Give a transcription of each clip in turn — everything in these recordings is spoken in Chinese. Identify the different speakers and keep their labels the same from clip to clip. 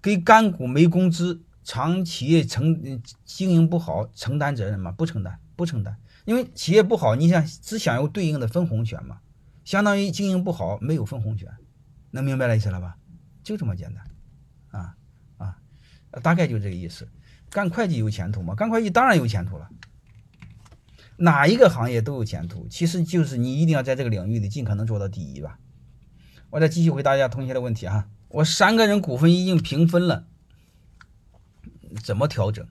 Speaker 1: 给干股没工资，企业经营不好，承担责任吗？不承担，不承担。因为企业不好，你想只享有对应的分红权嘛，相当于经营不好，没有分红权。能明白了意思了吧？就这么简单啊啊，大概就这个意思。干会计有前途吗？干会计当然有前途了，哪一个行业都有前途。其实就是你一定要在这个领域里尽可能做到第一吧。我再继续回答一下同学的问题哈。我3个人股份已经平分了，怎么调整？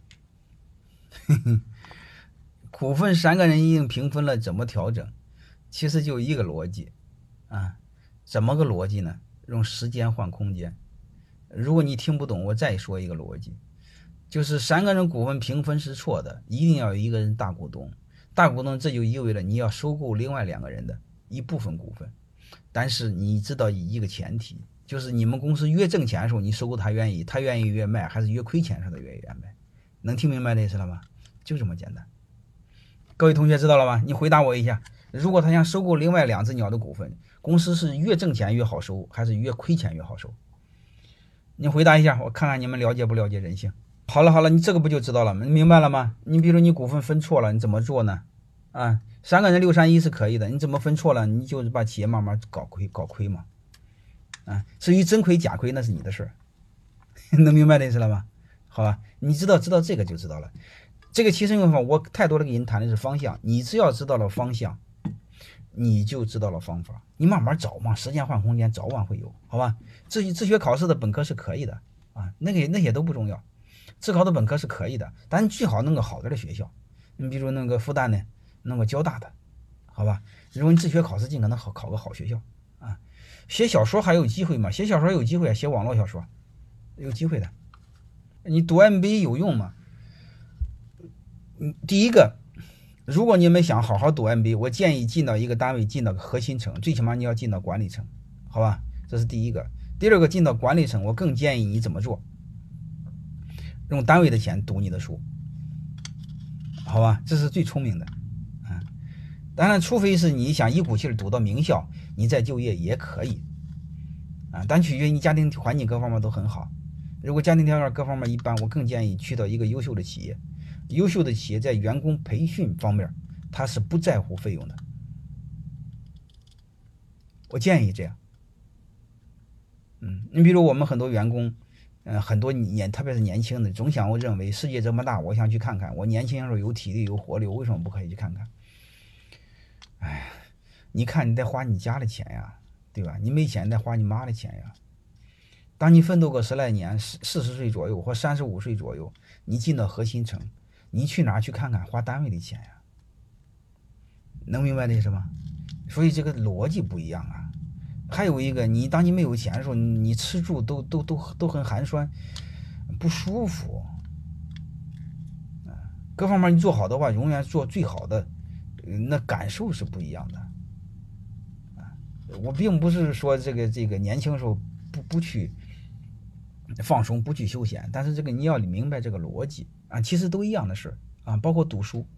Speaker 1: 股份3个人已经平分了，怎么调整？其实就一个逻辑啊。怎么个逻辑呢？用时间换空间。如果你听不懂，我再说一个逻辑，就是3个人股份平分是错的，一定要有一个人大股东。大股东这就意味着你要收购另外2个人的一部分股份，但是你知道一个前提，就是你们公司越挣钱的时候，你收购他愿意越卖，还是越亏钱的时候他愿意越卖？能听明白这意思了吗？就这么简单。各位同学知道了吗？你回答我一下，如果他想收购另外2只鸟的股份，公司是越挣钱越好收，还是越亏钱越好收？你回答一下，我看看你们了解不了解人性。好了，你这个不就知道了吗？你明白了吗？你比如你股份分错了，你怎么做呢？3个人631是可以的，你怎么分错了？你就是把企业慢慢搞亏嘛。至于真亏假亏那是你的事儿，能明白这意思了吗？好吧，你知道这个就知道了。这个提升用法我太多的给你谈的是方向，你只要知道了方向，你就知道了方法，你慢慢找嘛，时间换空间，早晚会有，好吧？自学考试的本科是可以的那些都不重要，自考的本科是可以的，但你最好弄个好点的学校，你比如弄个复旦的，弄个交大的，好吧？如果你自学考试尽可能考个好学校写小说还有机会吗？写小说有机会写网络小说有机会的。你读 MBA 有用吗？第一个，如果你们想好好读 MBA， 我建议进到一个单位，进到核心层，最起码你要进到管理层，好吧？这是第一个。第二个，进到管理层，我更建议你怎么做？用单位的钱读你的书，好吧？这是最聪明的当然，除非是你想一股气儿读到名校，你再就业也可以但取决于你家庭环境各方面都很好。如果家庭条件各方面一般，我更建议去到一个优秀的企业。优秀的企业在员工培训方面，他是不在乎费用的。我建议这样。你比如我们很多员工，很多特别是年轻的，总想我认为世界这么大，我想去看看。我年轻的时候有体力有活力，我为什么不可以去看看？你看你得花你家的钱呀，对吧？你没钱得花你妈的钱呀。当你奋斗个10来年，40岁左右或35岁左右，你进到核心层，你去哪儿去看看？花单位的钱呀，能明白这是吗？所以这个逻辑不一样啊。还有一个，当你没有钱的时候，你吃住都很寒酸，不舒服各方面你做好的话，永远做最好的，那感受是不一样的我并不是说这个年轻时候不去放松，不去休闲，但是这个你要明白这个逻辑其实都一样的事包括读书